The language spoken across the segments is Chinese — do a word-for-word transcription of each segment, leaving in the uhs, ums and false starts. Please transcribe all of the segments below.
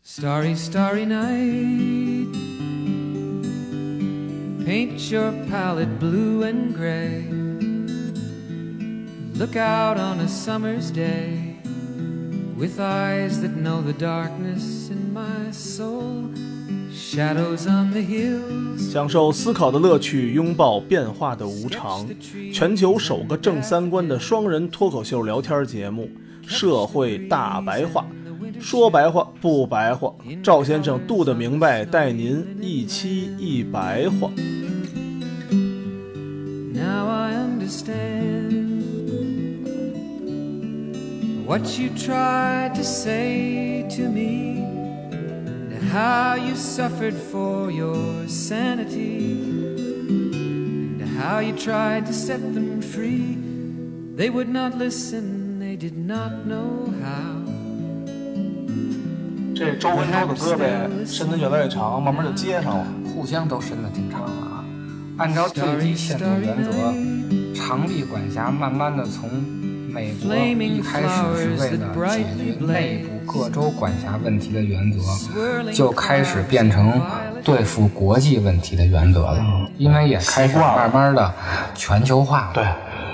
Starry, starry night, paint your palette blue and gray. Look out on a summer's day with eyes that know the darkness in my soul. Shadows on the hills. 享受思考的乐趣，拥抱变化的无常。全球首个正三观的双人脱口秀聊天节目《社会大白话》，说白话不白话，赵先生度得明白，带您一期一白话。 Now I understand what you tried to say to me, and how you suffered for your sanity, and how you tried to set them free. They would not listen, they did not know how. 这周跟周的胳膊伸得越来越长，慢慢就接上了， 互相都伸得挺长了啊。按照最低限度原则，长臂管辖慢慢的从美国一开始是为了解决内部各州管辖问题的原则，就开始变成对付国际问题的原则了，因为也开始慢慢的全球化了。 对。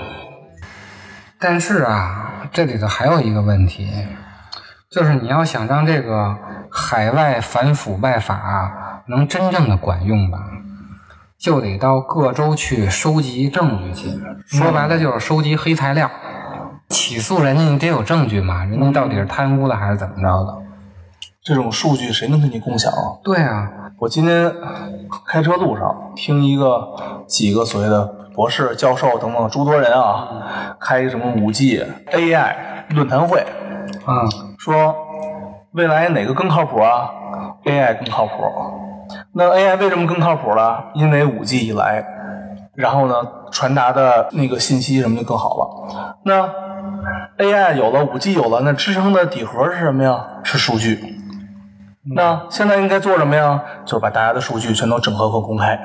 但是啊，这里头还有一个问题，就是你要想让这个海外反腐败法能真正的管用吧，就得到各州去收集证据去，说白了就是收集黑材料。起诉人家你得有证据嘛，人家到底是贪污了还是怎么着的？ 这种数据谁能跟你共享啊？ 对啊， 我今天开车路上听一个几个所谓的博士、教授等等诸多人啊，开一个什么 五 G A I 论坛会啊， 说未来哪个更靠谱啊 ？A I 更靠谱。那 A I 为什么更靠谱了？因为 五 G 一来，然后呢传达的那个信息什么就更好了。那 A I 有了 五 G 有了，那支撑的底核是什么呀？是数据。那现在应该做什么呀？就是把大家的数据全都整合和公开。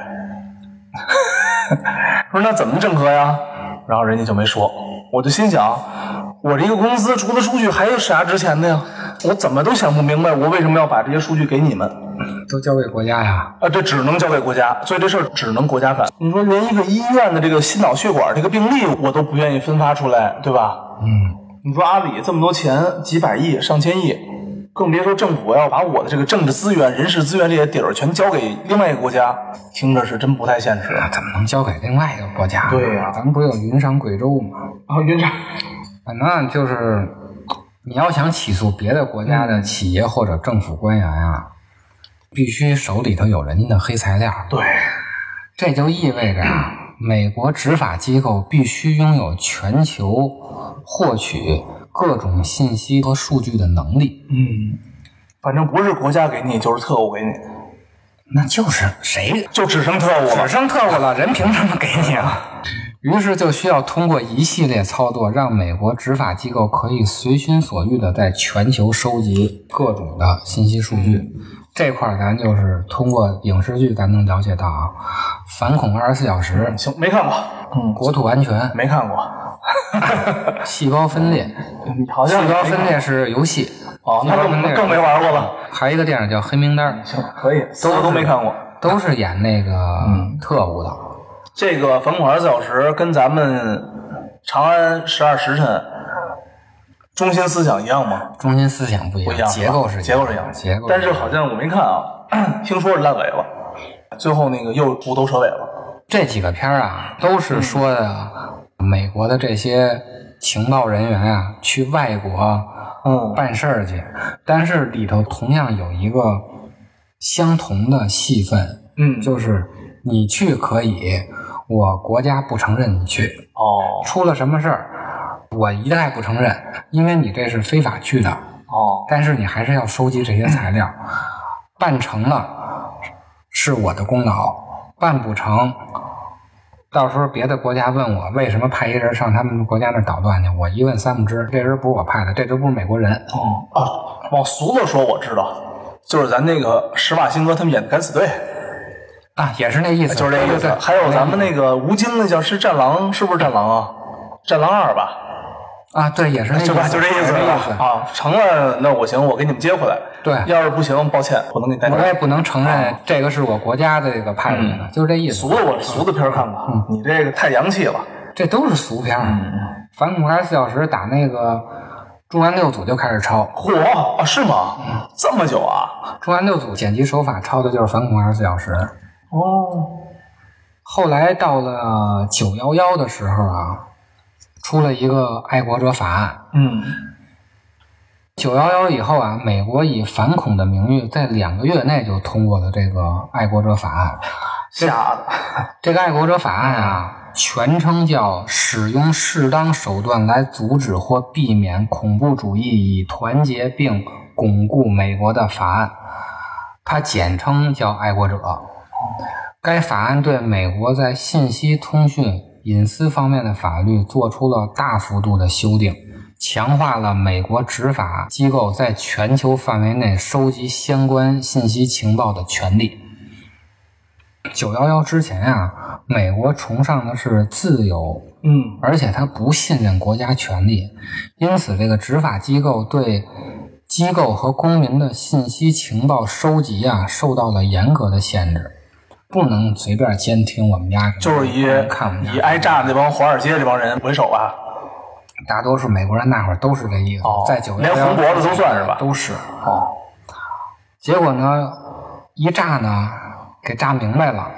说那怎么整合呀？然后人家就没说。我就心想，我这个公司除了数据还有啥值钱的呀？我怎么都想不明白，我为什么要把这些数据给你们？ 都交给国家呀？ 啊，对，只能交给国家，所以这事儿只能国家干。你说连一个医院的这个心脑血管这个病例我都不愿意分发出来，对吧？ 嗯。 你说阿里这么多钱，几百亿、上千亿，更别说政府要把我的这个政治资源、人事资源这些底儿全交给另外一个国家，听着是真不太现实。 那怎么能交给另外一个国家？ 对呀、啊， 咱们不是有云上贵州吗？ 啊，云上， 反正就是你要想起诉别的国家的企业或者政府官员啊，必须手里头有人家的黑材料。 对， 这就意味着啊，美国执法机构必须拥有全球获取各种信息和数据的能力。 嗯，反正不是国家给你，就是特务给你。 那就是谁？ 就只剩特务了， 只剩特务了，人凭什么给你啊？于是就需要通过一系列操作，让美国执法机构可以随心所欲的在全球收集各种的信息数据。这块咱就是通过影视剧咱能了解到啊，反恐二十四小时、 嗯、行，没看过。嗯， 国土安全没看过。 细胞分裂， 好像细胞分裂是游戏哦，那更更没玩过了。 还有一个电影叫《黑名单》， 行，可以，都都没看过， 都是演那个特务的。 嗯、这个反恐二十四小时跟咱们长安十二时辰中心思想一样吗？ 中心思想不一样， 不一样， 结构是结构是一样， 结构。 但是好像我没看啊，听说是烂尾了，最后那个又虎头蛇尾了。 这几个片啊，都是说的美国的这些情报人员啊，去外国嗯办事儿去，但是里头同样有一个相同的戏份， 嗯， 就是你去可以，我国家不承认你去。 哦， 出了什么事儿？我一概不承认，因为你这是非法去的。 哦， 但是你还是要收集这些材料，办成了是我的功劳，办不成，到时候别的国家问我为什么派一人上他们国家那捣乱去，我一问三不知，这人不是我派的，这人不是美国人。 哦啊，往俗了说我知道，就是咱那个施瓦辛格他们演的敢死队啊，也是那意思， 就是这意思。 对对对， 还有咱们那个吴京那叫是战狼，是不是战狼啊？战狼二吧？ 啊，对，也是那就吧，就这意思啊。成了，那我行，我给你们接回来。 对， 要是不行，抱歉，不能给你带回来。 我也不能承认这个是我国家的这个派来的，嗯、就是这意思。 俗的我俗的片看看，嗯，你这个太洋气了。 这都是俗片。嗯，反恐二十四小时打那个重案六组就开始抄。 嚯啊，是吗？嗯、这么久啊？ 重案六组剪辑手法抄的就是反恐二十四小时。 哦。 后来到了九一一的时候啊。出了一个爱国者法案。 嗯， 九一一以后啊，美国以反恐的名誉，在两个月内就通过了这个爱国者法案。 吓的！ 这个爱国者法案啊，全称叫《使用适当手段来阻止或避免恐怖主义以团结并巩固美国的法案》，它简称叫爱国者。该法案对美国在信息通讯隐私方面的法律做出了大幅度的修订，强化了美国执法机构在全球范围内收集相关信息情报的权利。九一一之前啊，美国崇尚的是自由， 嗯， 而且他不信任国家权力，因此这个执法机构对机构和公民的信息情报收集啊，受到了严格的限制。不能随便监听我们家， 就是以以挨炸那帮华尔街这帮人为首吧。 大多数美国人那会儿都是这意思， 哦、 在九一一连红脖子都算是吧？ 都是。 哦。 结果呢，一炸呢，给炸明白了。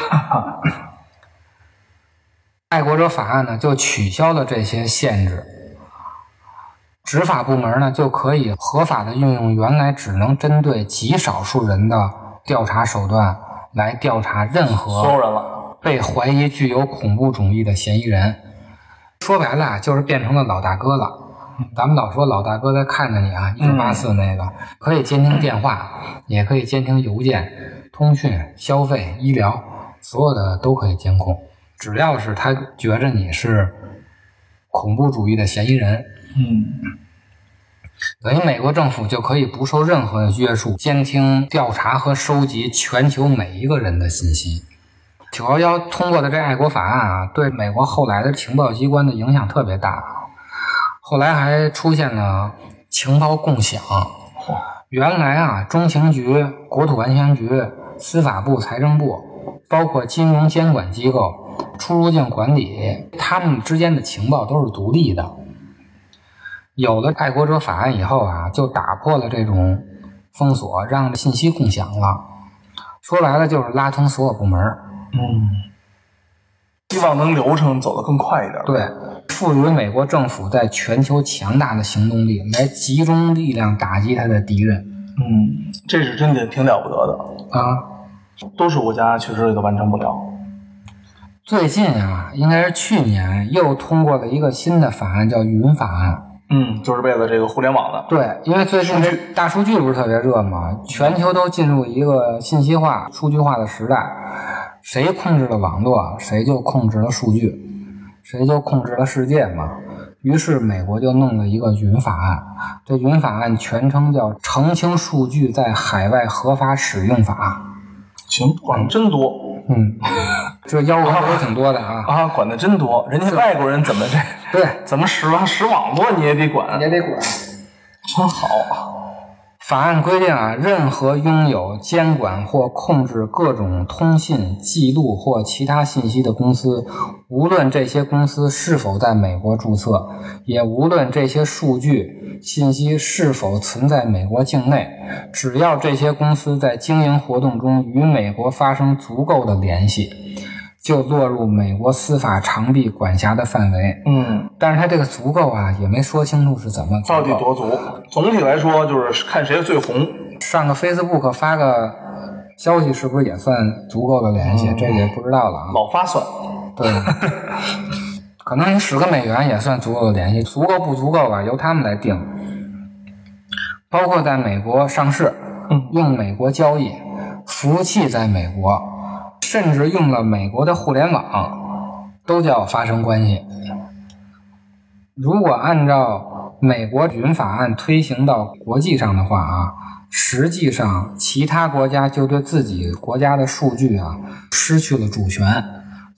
爱国者法案呢，就取消了这些限制，执法部门呢就可以合法的运用原来只能针对极少数人的调查手段。来调查任何所有人了被怀疑具有恐怖主义的嫌疑人，说白了啊，就是变成了老大哥了。咱们老说老大哥在看着你啊，一九八四那个、嗯、可以监听电话，也可以监听邮件、通讯、消费、医疗，所有的都可以监控，只要是他觉着你是恐怖主义的嫌疑人， 嗯。 等于美国政府就可以不受任何的约束，监听、调查和收集全球每一个人的信息。九一一通过的这爱国法案啊，对美国后来的情报机关的影响特别大。后来还出现了情报共享。原来啊，中情局、国土安全局、司法部、财政部，包括金融监管机构、出入境管理，他们之间的情报都是独立的。有了爱国者法案以后啊，就打破了这种封锁，让信息共享了。说白了就是拉通所有部门。 嗯，希望能流程走得更快一点。 对，赋予美国政府在全球强大的行动力，来集中力量打击他的敌人。 嗯，这是真的挺了不得的啊！ 多数国家确实都完成不了。 最近啊，应该是去年又通过了一个新的法案，叫云法案。 嗯，就是为了这个互联网的。 对，因为最近这大数据不是特别热嘛，全球都进入一个信息化、数据化的时代，谁控制了网络，谁就控制了数据，谁就控制了世界嘛。于是美国就弄了一个云法案，这云法案全称叫《澄清数据在海外合法使用法》。 行，管得真多。 嗯，这要求都挺多的啊啊，管得真多。人家外国人怎么这对怎么使网使网络你也得管， 也得管， 真好。 法案规定啊，任何拥有、监管或控制各种通信、记录或其他信息的公司，无论这些公司是否在美国注册，也无论这些数据、信息是否存在美国境内，只要这些公司在经营活动中与美国发生足够的联系，就落入美国司法长臂管辖的范围。 嗯， 但是他这个足够啊，也没说清楚是怎么到底多足。总体来说，就是看谁最红。 上个 Facebook 发个消息，是不是也算足够的联系？嗯、这也不知道了啊。 老发算， 对，可能你十个美元也算足够的联系，足够不足够吧，由他们来定。包括在美国上市， 嗯， 用美国交易，服务器在美国。甚至用了美国的互联网，都叫发生关系。如果按照美国云法案推行到国际上的话啊，实际上其他国家就对自己国家的数据啊失去了主权，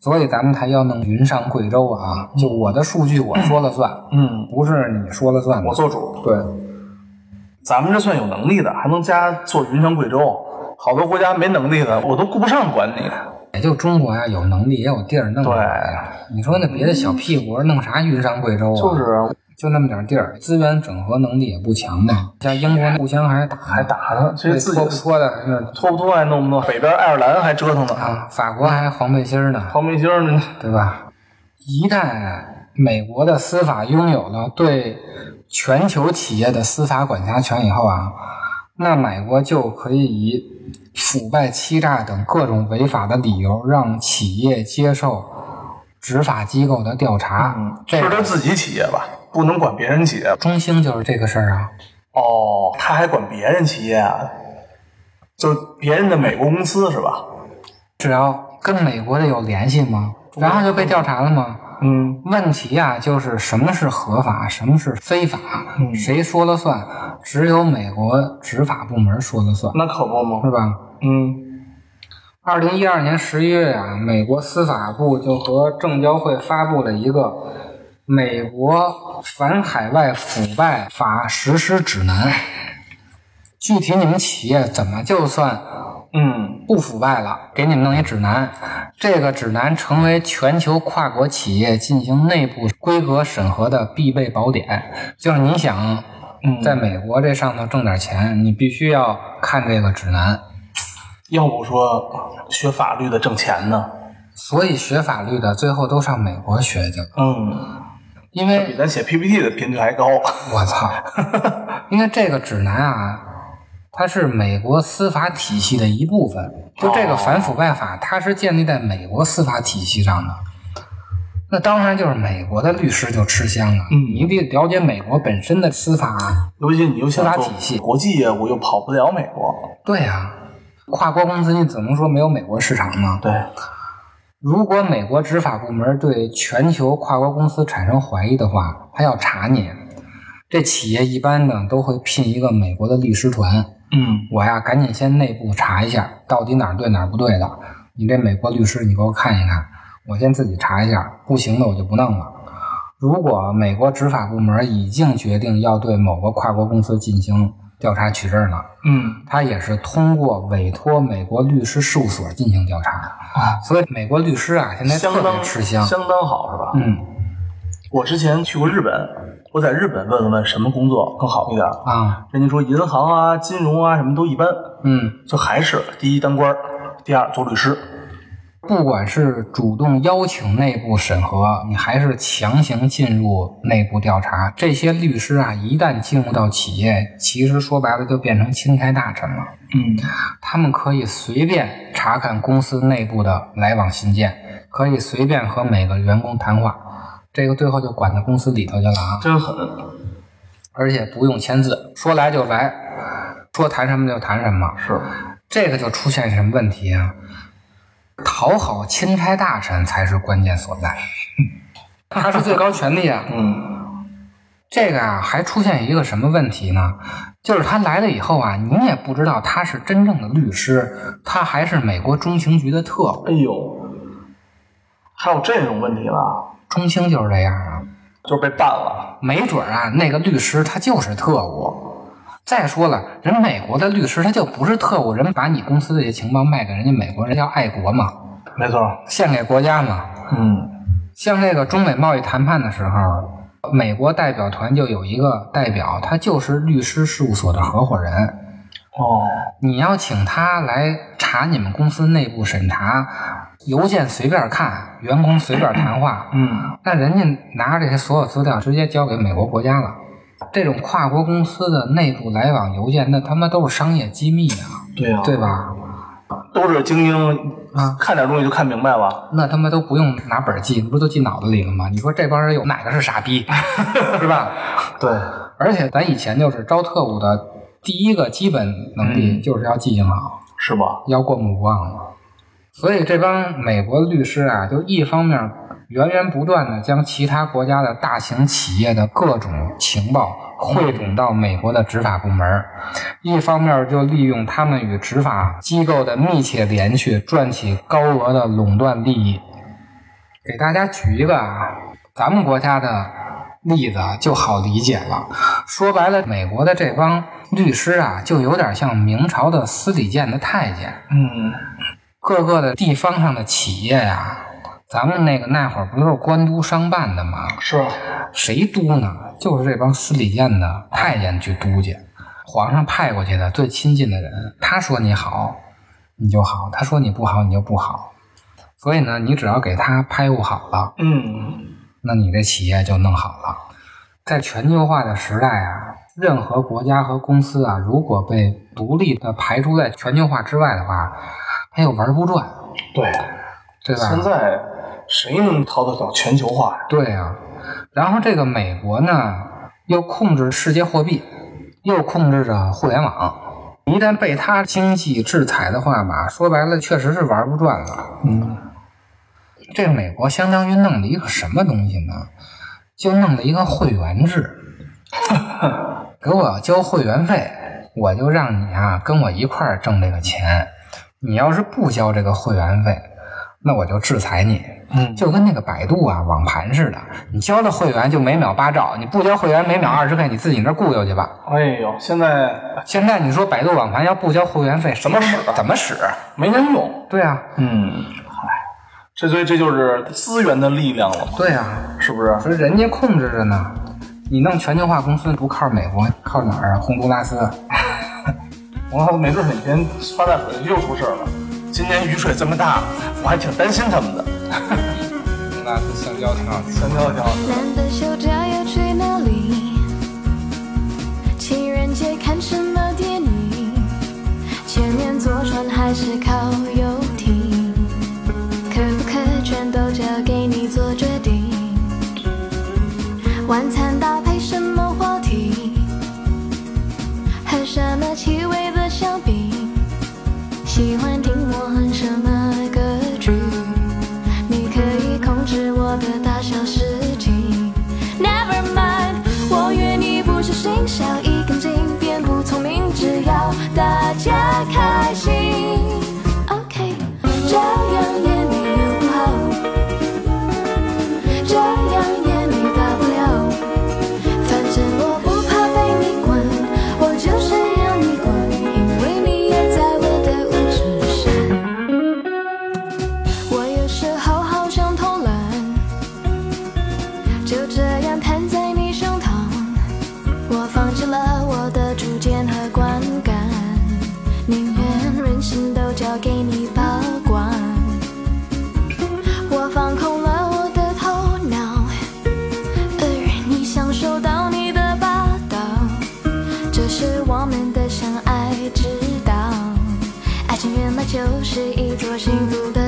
所以咱们才要弄云上贵州啊，就我的数据我说了算， 嗯， 不是你说了算的， 我做主。 对， 咱们这算有能力的，还能加做云上贵州，好多国家没能力的，我都顾不上管你。 也就中国呀，有能力也有地儿弄。 对， 你说那别的小屁国弄啥云上贵州啊？ 就是就那么点地儿，资源整合能力也不强的。像英国互相还打还打呢，这自己拖不拖的， 拖不拖还弄不弄？北边爱尔兰还折腾呢啊，法国还黄背心呢， 黄背心呢， 对吧？一旦美国的司法拥有了对全球企业的司法管辖权以后啊，那美国就可以以腐败、欺诈等各种违法的理由，让企业接受执法机构的调查。 嗯， 这是他自己企业吧，不能管别人企业。 中兴就是这个事儿啊。 哦，他还管别人企业啊？就别人的美国公司是吧？ 只要跟美国的有联系吗？然后就被调查了吗？ 嗯， 问题啊，就是什么是合法，什么是非法， 嗯、 谁说了算？只有美国执法部门说了算， 那可不吗？ 是吧？ 嗯。 二零一二年十一月啊，美国司法部就和证交会发布了一个《美国反海外腐败法实施指南》，具体你们企业怎么就算嗯不腐败了，给你们弄一指南。这个指南成为全球跨国企业进行内部规格审核的必备宝典。就是你想在美国这上头挣点钱，你必须要看这个指南。 要不说学法律的挣钱呢？ 所以学法律的最后都上美国学去了。 嗯， 因为比咱写 P P T 的频率还高。 我操！因为这个指南啊，它是美国司法体系的一部分。就这个反腐败法，它是建立在美国司法体系上的。那当然就是美国的律师就吃香了。 嗯， 你得了解美国本身的司法， 尤其你又想做司法体系， 国际业务又跑不了美国。 对啊，跨国公司你怎么说没有美国市场呢？ 对。 如果美国执法部门对全球跨国公司产生怀疑的话，他要查你。这企业一般呢都会聘一个美国的律师团。 嗯， 我呀赶紧先内部查一下，到底哪儿对哪儿不对的。你这美国律师你给我看一看，我先自己查一下，不行的我就不弄了。如果美国执法部门已经决定要对某个跨国公司进行调查取证了， 嗯， 他也是通过委托美国律师事务所进行调查。 啊， 所以美国律师啊现在特别吃香， 相当好是吧？ 嗯， 我之前去过日本，我在日本问了问什么工作更好一点啊， 人家说银行啊、金融啊什么都一般。 嗯， 就还是第一当官，第二做律师。 不管是主动邀请内部审核，你还是强行进入内部调查，这些律师啊一旦进入到企业，其实说白了就变成钦差大臣了。 嗯， 他们可以随便查看公司内部的来往信件，可以随便和每个员工谈话，这个最后就管到公司里头去了啊， 真狠。 而且不用签字，说来就来，说谈什么就谈什么。 是， 这个就出现什么问题啊？讨好钦差大臣才是关键所在，他是最高权力啊。 嗯， 这个啊还出现一个什么问题呢？就是他来了以后啊，你也不知道他是真正的律师，他还是美国中情局的特务。 哎呦，还有这种问题了？ 中情就是这样啊， 就是被办了。 没准啊，那个律师他就是特务。再说了，人美国的律师他就不是特务，人把你公司这些情报卖给人家美国，人叫爱国嘛， 没错， 献给国家嘛。 嗯， 像这个中美贸易谈判的时候，美国代表团就有一个代表，他就是律师事务所的合伙人。 哦， 你要请他来查你们公司内部审查，邮件随便看，员工随便谈话， 嗯， 那人家拿着这些所有资料直接交给美国国家了。这种跨国公司的内部来往邮件，那他妈都是商业机密啊， 对啊， 对吧？ 都是精英啊， 看点东西就看明白了。 那他妈都不用拿本记，不都记脑子里了吗？你说这帮人有哪个是傻逼，是吧？ 对， 而且咱以前就是招特务的第一个基本能力就是要记性好， 嗯、是吧？ 要过目不忘了。所以这帮美国律师啊，就一方面源源不断的将其他国家的大型企业的各种情报汇总到美国的执法部门，一方面就利用他们与执法机构的密切联系，赚取高额的垄断利益。 给大家举一个啊，咱们国家的例子就好理解了。说白了，美国的这帮律师啊，就有点像明朝的司礼监的太监。 嗯， 各个的地方上的企业呀、啊，咱们那个那会儿不都是官督商办的吗？ 是。 谁督呢？就是这帮司礼监的太监去督去。皇上派过去的最亲近的人，他说你好，你就好；他说你不好，你就不好。所以呢，你只要给他拍顾好了， 嗯， 那你这企业就弄好了。在全球化的时代啊，任何国家和公司啊，如果被独立的排除在全球化之外的话，还有玩不转。 对， 对吧？ 现在谁能逃得了全球化呀？ 对啊。然后这个美国呢，又控制世界货币，又控制着互联网。一旦被他经济制裁的话吧，说白了确实是玩不转了。 嗯， 这个美国相当于弄了一个什么东西呢？就弄了一个会员制。给我交会员费，我就让你啊跟我一块儿挣这个钱。你要是不交这个会员费，那我就制裁你。 嗯， 就跟那个百度啊网盘似的，你交了会员就每秒八兆，你不交会员每秒二十 K， 你自己那固有去吧。 哎呦，现在现在你说百度网盘要不交会员费， 怎么使？ 怎么使？ 没人用。 对啊， 嗯，嗨，这所以这就是资源的力量了嘛。 对啊， 是不是？ 所以人家控制着呢。你弄全球化公司不靠美国，靠哪儿啊？洪都拉斯。 我没准哪天发大水又出事了。今年雨水这么大，我还挺担心他们的。 洪都拉斯香蕉挺好吃， 香蕉挺好吃。 难得休假要去哪里？情人节看什么电影？前面坐船还是靠游艇？可不可全都交给你做决定？晚餐搭配什么话题？喝什么气味的香槟？喜欢听我哼什么歌曲？你可以控制我的大小事情。Never mind， 我愿意不小心少一根筋，变不聪明，只要大家开心。OK， 这样也没有不好，这样也没大不了。反正我不怕被你管，我就是要你管，因为你也在我的无指山。我有时候好想偷懒，就这样瘫在你胸膛。我放弃了我的主见和观感，宁愿任性都交给你保管。我放空了我的头脑，而你享受到你的霸道。这是我们的相爱之道，爱情原来就是一座幸福的